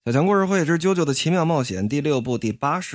小强故事会之啾啾的奇妙冒险第6部第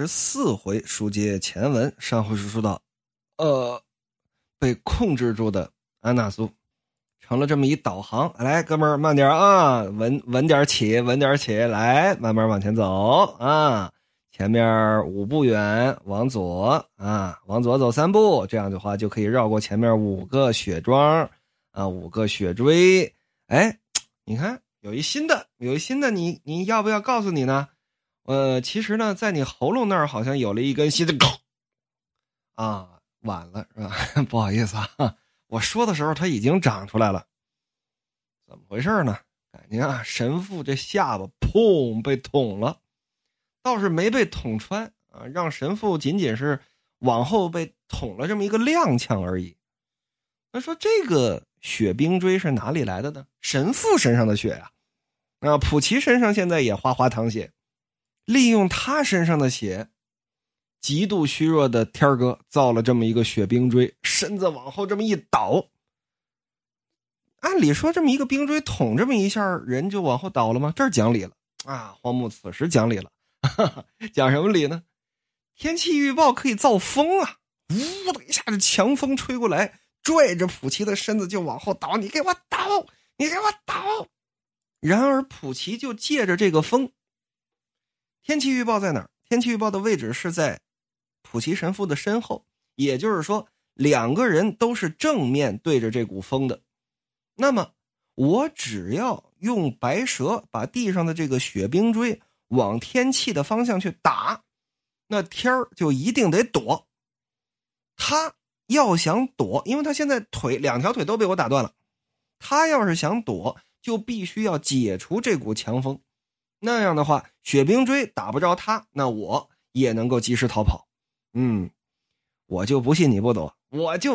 84回书接前文。上回是说到被控制住的安娜苏成了这么一导航，来哥们儿慢点啊，稳点起，来慢慢往前走啊，前面5步远往左啊，往左走3步，这样的话就可以绕过前面5个雪桩啊，5个雪锥。哎，你看有一新的，你要不要告诉你呢？其实呢，在你喉咙那儿好像有了一根新的啊，晚了是吧？不好意思啊，我说的时候它已经长出来了。怎么回事呢？感觉啊，神父这下巴砰被捅了，倒是没被捅穿啊，让神父仅仅是往后被捅了这么一个踉跄而已。那说这个血冰锥是哪里来的呢？神父身上的血呀，普奇身上现在也哗哗淌血，利用他身上的血，极度虚弱的天儿哥造了这么一个血冰锥，身子往后这么一倒。按理说这么一个冰锥捅这么一下，人就往后倒了吗？这儿讲理了啊！荒木此时讲理了，讲什么理呢？天气预报可以造风啊！呜的一下子强风吹过来，拽着普奇的身子就往后倒，你给我倒，你给我倒！然而普奇就借着这个风，天气预报在哪儿？天气预报的位置是在普奇神父的身后，也就是说2个人都是正面对着这股风的。那么我只要用白蛇把地上的这个雪冰锥往天气的方向去打，那天儿就一定得躲。他要想躲，因为他现在2条腿都被我打断了，他要是想躲就必须要解除这股强风，那样的话雪冰锥打不着他，那我也能够及时逃跑。我就不信你不躲，我就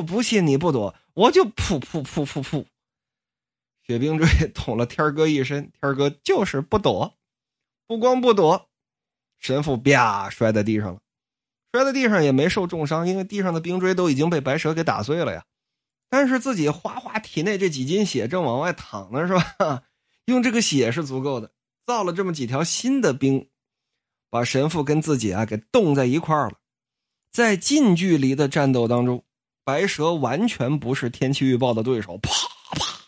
噗，雪冰锥捅了天哥一身，天哥就是不躲，不光不躲，神父啪摔在地上了，摔在地上也没受重伤，因为地上的冰锥都已经被白蛇给打碎了呀。但是自己哗哗体内这几斤血正往外淌呢，是吧？用这个血是足够的，造了这么几条新的冰，把神父跟自己给冻在一块儿了。在近距离的战斗当中，白蛇完全不是天气预报的对手，啪啪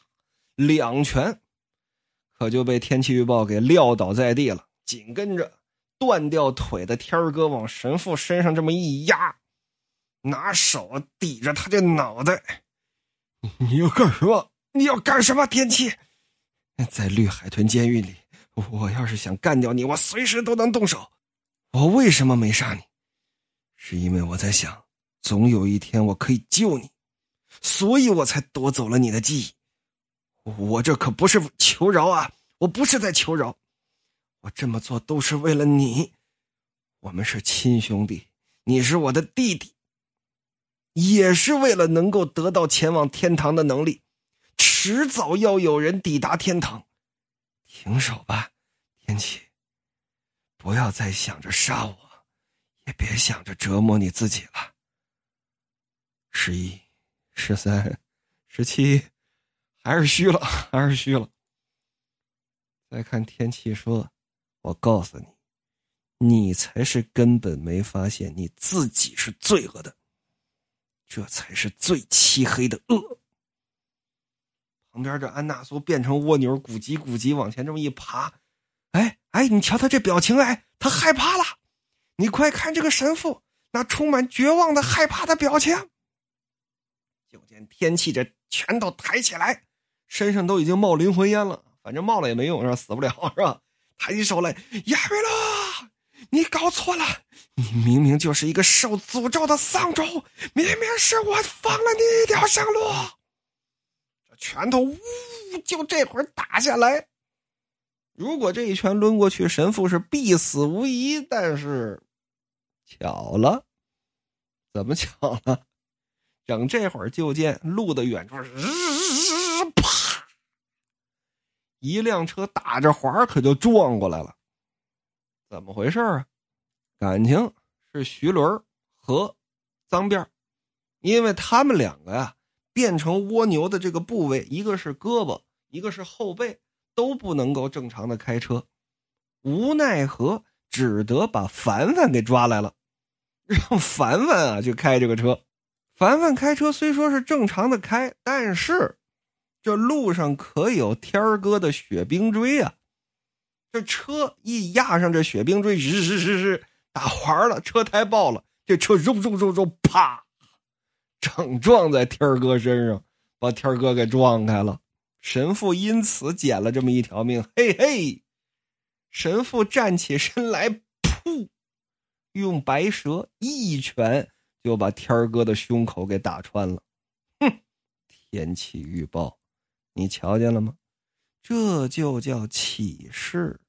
2拳可就被天气预报给撂倒在地了。紧跟着断掉腿的天儿哥往神父身上这么一压，拿手抵着他这脑袋，你要干什么？你要干什么？天气在绿海豚监狱里，我要是想干掉你，我随时都能动手。我为什么没杀你？是因为我在想，总有一天我可以救你，所以我才夺走了你的记忆。我这可不是求饶啊，我不是在求饶，我这么做都是为了你。我们是亲兄弟，你是我的弟弟，也是为了能够得到前往天堂的能力，迟早要有人抵达天堂。停手吧，天启，不要再想着杀我，也别想着折磨你自己了。11、13、17，还是虚了。再看天气说，我告诉你，你才是根本没发现你自己是罪恶的，这才是最漆黑的恶。旁边这安娜苏变成蜗牛，咕叽往前这么一爬，你瞧他这表情，他害怕了。你快看这个神父那充满绝望的害怕的表情。就见天气这拳头抬起来，身上都已经冒灵魂烟了，反正冒了也没用，是吧？死不了，是吧？抬起手来，亚贝勒，你搞错了，你明明就是一个受诅咒的丧种，明明是我放了你一条生路。这拳头就这会儿打下来，如果这一拳抡过去，神父是必死无疑，但是巧了。怎么巧了？整这会儿就见路的远处啪，一辆车打着滑可就撞过来了。怎么回事啊？感情是徐伦和脏辫，因为他们2个变成蜗牛的这个部位，一个是胳膊，一个是后背，都不能够正常的开车。 无奈何只得把凡凡给抓来了，让凡凡啊去开这个车。凡凡开车虽说是正常的开，但是这路上可有天儿哥的雪冰锥啊！这车一压上这雪冰锥，日打滑了，车胎爆了，这车肉啪，正撞在天儿哥身上，把天儿哥给撞开了。神父因此捡了这么一条命，嘿嘿！神父站起身来，噗，用白蛇一拳就把天儿哥的胸口给打穿了。哼，天气预报，你瞧见了吗？这就叫启示。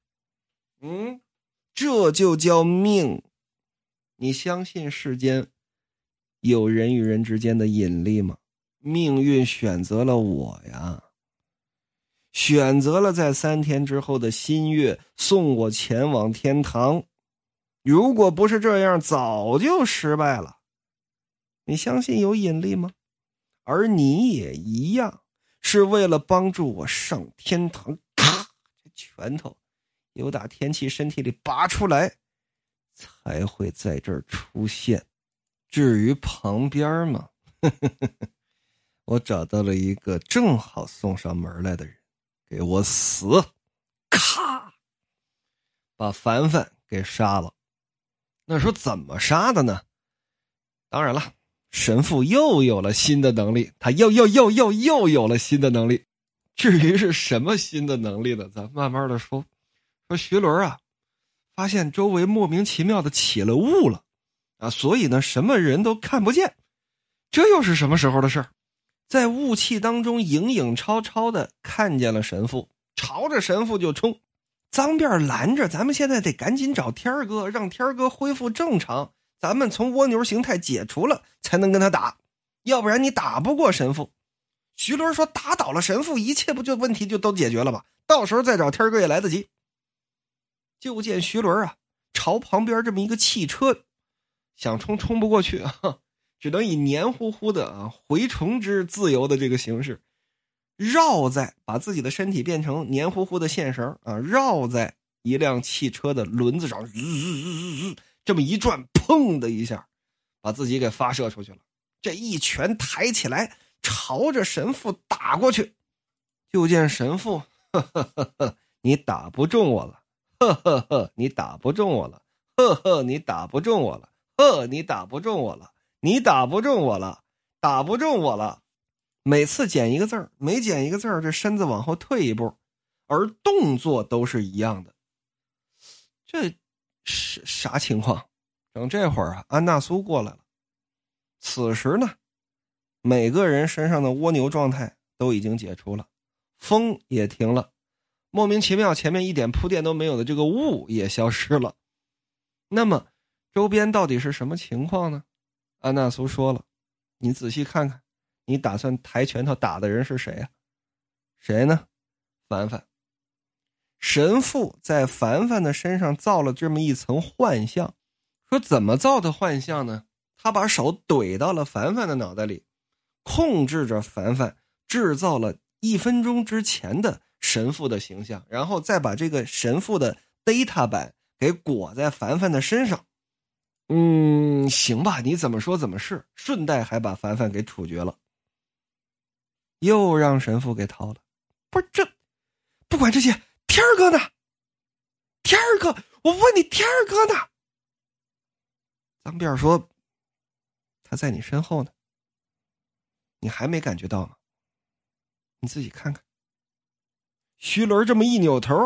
这就叫命。你相信世间有人与人之间的引力吗？命运选择了我呀，选择了在3天之后的新月送我前往天堂。如果不是这样，早就失败了。你相信有引力吗？而你也一样，是为了帮助我上天堂。咔，这拳头由打天气身体里拔出来，才会在这儿出现。至于旁边嘛，我找到了一个正好送上门来的人，给我死！咔，把凡凡给杀了。那说怎么杀的呢？当然了，神父又有了新的能力，他又有了新的能力。至于是什么新的能力呢？咱慢慢的说。说徐伦啊，发现周围莫名其妙的起了雾了啊，所以呢，什么人都看不见。这又是什么时候的事儿？在雾气当中影影绰绰的看见了神父，朝着神父就冲。脏辫拦着，咱们现在得赶紧找天儿哥，让天儿哥恢复正常，咱们从蜗牛形态解除了才能跟他打，要不然你打不过神父。徐伦说打倒了神父，一切不就问题就都解决了吧，到时候再找天儿哥也来得及。就见徐伦啊朝旁边这么一个汽车，想冲不过去啊，只能以黏糊糊的蛔虫之自由的这个形式，把自己的身体变成黏糊糊的线绳啊，绕在一辆汽车的轮子上，这么一转，砰的一下把自己给发射出去了。这一拳抬起来朝着神父打过去。就见神父你打不中我了，你打不中我了，你打不中我了，你打不中我了，你打不中我了，打不中我了。每次减一个字儿，每减一个字儿，这身子往后退一步，而动作都是一样的。这是啥情况？等这会儿啊，安纳苏过来了。此时呢，每个人身上的蜗牛状态都已经解除了，风也停了，莫名其妙前面一点铺垫都没有的这个雾也消失了。那么周边到底是什么情况呢？安纳苏说了，你仔细看看，你打算抬拳头打的人是谁啊？谁呢？凡凡。神父在凡凡的身上造了这么一层幻象。说怎么造的幻象呢？他把手怼到了凡凡的脑袋里，控制着凡凡制造了1分钟之前的神父的形象，然后再把这个神父的 data 版给裹在凡凡的身上。行吧，你怎么说怎么是，顺带还把凡凡给处决了，又让神父给逃了。不是，这不管这些，天儿哥呢？天儿哥，我问你，天儿哥呢？脏辫说他在你身后呢，你还没感觉到吗？你自己看看。徐伦这么一扭头，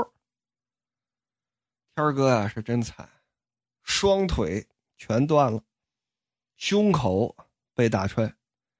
天儿哥啊是真惨，双腿全断了，胸口被打穿，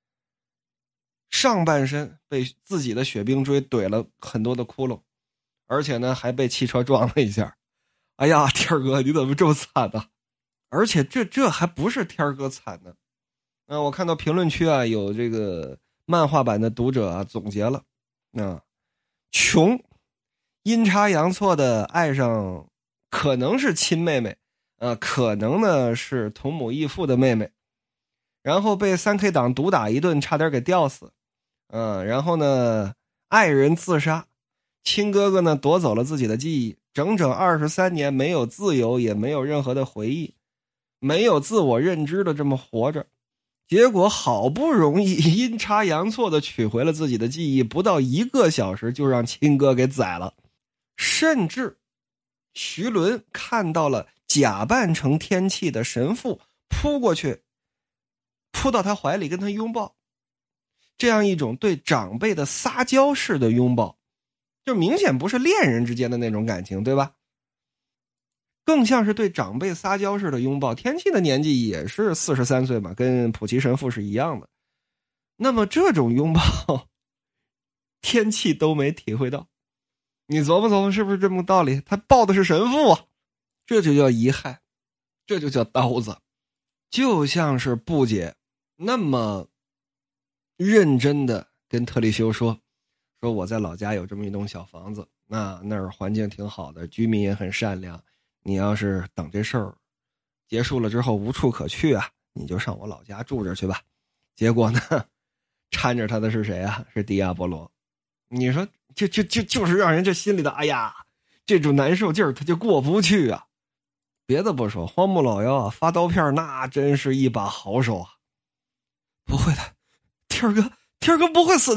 上半身被自己的雪冰锥怼了很多的窟窿，而且呢还被汽车撞了一下。哎呀，天儿哥你怎么这么惨呢？而且这还不是天儿哥惨呢。我看到评论区啊有这个漫画版的读者啊总结了，穷阴差阳错的爱上可能是亲妹妹，可能呢是同母异父的妹妹，然后被3K 党毒打一顿，差点给吊死，然后呢爱人自杀，亲哥哥呢夺走了自己的记忆， 整整23年没有自由，也没有任何的回忆，没有自我认知的这么活着。结果好不容易阴差阳错的取回了自己的记忆，不到1个小时就让亲哥给宰了。甚至徐伦看到了假扮成天气的神父扑过去，扑到他怀里跟他拥抱，这样一种对长辈的撒娇式的拥抱，就明显不是恋人之间的那种感情，对吧？更像是对长辈撒娇式的拥抱。天气的年纪也是43岁嘛，跟普奇神父是一样的。那么这种拥抱，天气都没体会到。你琢磨琢磨，是不是这么个道理？他抱的是神父啊，这就叫遗害，这就叫刀子。就像是布姐那么认真的跟特利修说我在老家有这么一栋小房子，那儿环境挺好的，居民也很善良，你要是等这事儿结束了之后无处可去啊，你就上我老家住着去吧。结果呢，搀着他的是谁啊？是迪亚波罗。你说就是让人这心里的哎呀，这种难受劲儿他就过不去啊。别的不说，荒木老妖啊发刀片那真是一把好手啊。不会的，天儿哥不会死的。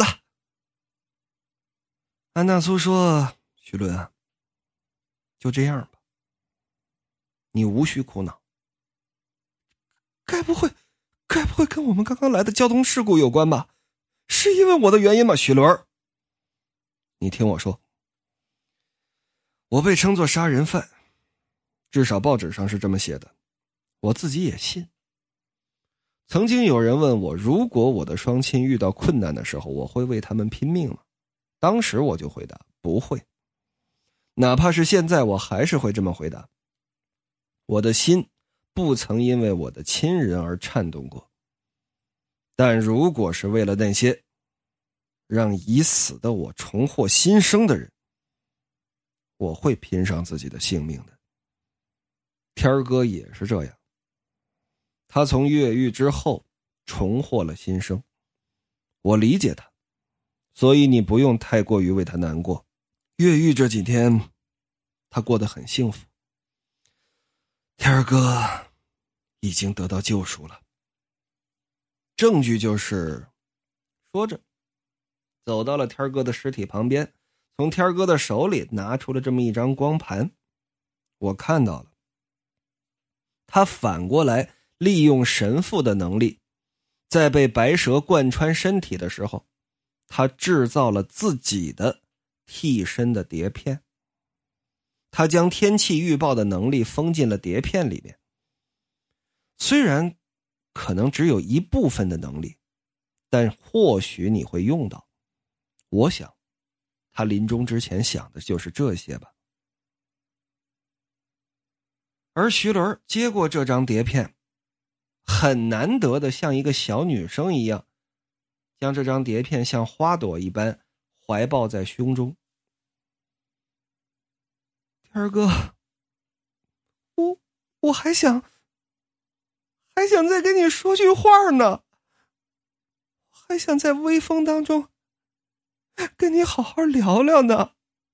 安纳苏说，徐伦啊，就这样吧，你无需苦恼。该不会跟我们刚刚来的交通事故有关吧？是因为我的原因吗？徐伦，你听我说，我被称作杀人犯，至少报纸上是这么写的，我自己也信。曾经有人问我，如果我的双亲遇到困难的时候，我会为他们拼命吗？当时我就回答，不会。哪怕是现在，我还是会这么回答。我的心不曾因为我的亲人而颤动过，但如果是为了那些让已死的我重获新生的人，我会拼上自己的性命的。天儿哥也是这样，他从越狱之后重获了新生，我理解他，所以你不用太过于为他难过。越狱这几天他过得很幸福，天儿哥已经得到救赎了。证据就是说着走到了天儿哥的尸体旁边，从天儿哥的手里拿出了这么一张光盘。我看到了，他反过来利用神父的能力，在被白蛇贯穿身体的时候，他制造了自己的替身的碟片。他将天气预报的能力封进了碟片里面，虽然可能只有一部分的能力，但或许你会用到。我想他临终之前想的就是这些吧。而徐伦接过这张碟片，很难得的像一个小女生一样，将这张碟片像花朵一般怀抱在胸中。天儿哥，我还想再跟你说句话呢，还想在微风当中跟你好好聊聊呢。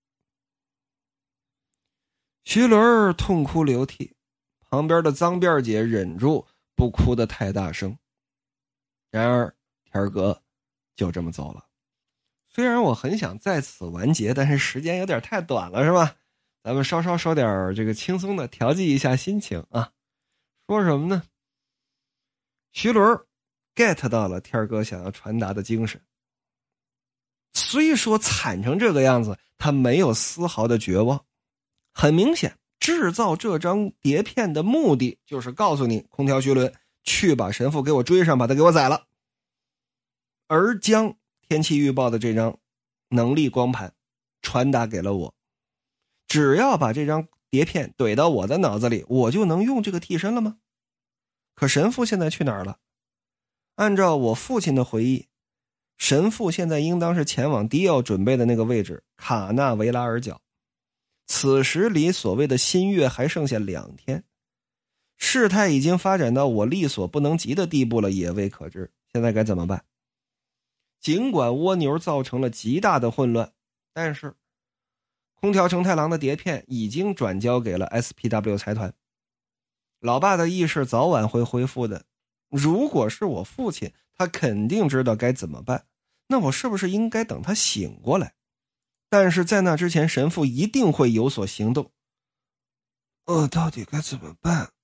徐伦痛哭流涕，旁边的脏辫姐忍住不哭得太大声。然而天儿哥就这么走了。虽然我很想在此完结，但是时间有点太短了，是吧？咱们稍稍说点这个轻松的，调剂一下心情啊。说什么呢？徐伦 get 到了天儿哥想要传达的精神。虽说惨成这个样子，他没有丝毫的绝望。很明显，制造这张碟片的目的就是告诉你，空调徐伦，去把神父给我追上，把他给我宰了。而将天气预报的这张能力光盘传达给了我，只要把这张碟片怼到我的脑子里，我就能用这个替身了吗？可神父现在去哪儿了？按照我父亲的回忆，神父现在应当是前往迪奥准备的那个位置，卡纳维拉尔角。此时离所谓的新月还剩下2天，事态已经发展到我力所不能及的地步了，也未可知。现在该怎么办？尽管蜗牛造成了极大的混乱，但是空调承太郎的碟片已经转交给了 SPW 财团。老爸的意识早晚会恢复的，如果是我父亲，他肯定知道该怎么办，那我是不是应该等他醒过来？但是在那之前，神父一定会有所行动。我到底该怎么办？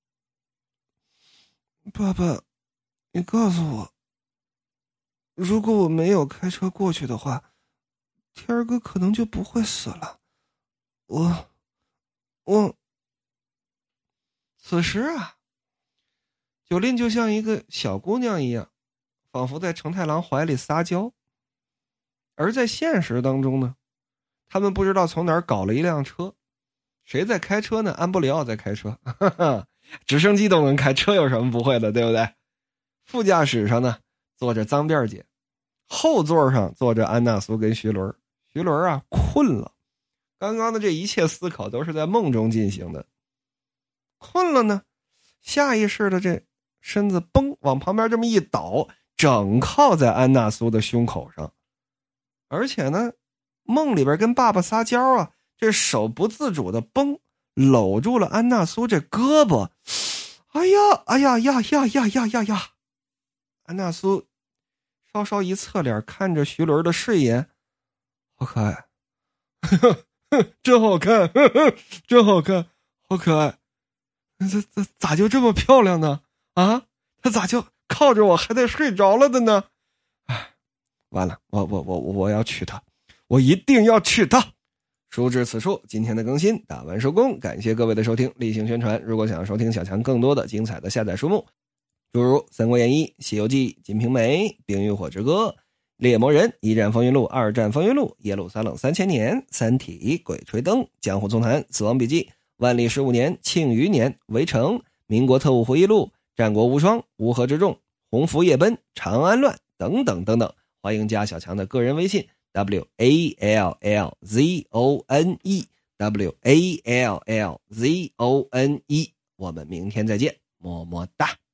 爸爸，你告诉我，如果我没有开车过去的话，天儿哥可能就不会死了。我此时啊，九令就像一个小姑娘一样，仿佛在承太郎怀里撒娇。而在现实当中呢，他们不知道从哪儿搞了一辆车，谁在开车呢？安布里奥在开车，哈哈，直升机都能开，车有什么不会的，对不对？副驾驶上呢坐着脏辫姐，后座上坐着安娜苏跟徐伦。徐伦啊困了，刚刚的这一切思考都是在梦中进行的。困了呢，下意识的这身子嘣往旁边这么一倒，整靠在安娜苏的胸口上。而且呢，梦里边跟爸爸撒娇啊，这手不自主的嘣搂住了安娜苏这胳膊。哎呀哎呀呀呀呀呀呀呀！安娜苏稍稍一侧脸看着徐伦的睡颜，好可爱，真好看，真好看，好可爱。咋就这么漂亮呢？啊，他咋就靠着我还在睡着了的呢？哎，完了，我要娶她，我一定要娶她。书至此处，今天的更新打完收工，感谢各位的收听，例行宣传。如果想要收听小强更多的精彩的下载书目，诸如《三国演义》《西游记》《金瓶梅》《冰与火之歌》《猎魔人》《一战风云录》《二战风云录》《耶路撒冷3000年》《三体》《鬼吹灯》《江湖丛谈》《死亡笔记》《万历15年》《庆余年》《围城》《民国特务回忆录》《战国无双》《乌合之众》《鸿福夜奔》《长安乱》等等等等。欢迎加小强的个人微信 WALLZONE， 我们明天再见，么么哒。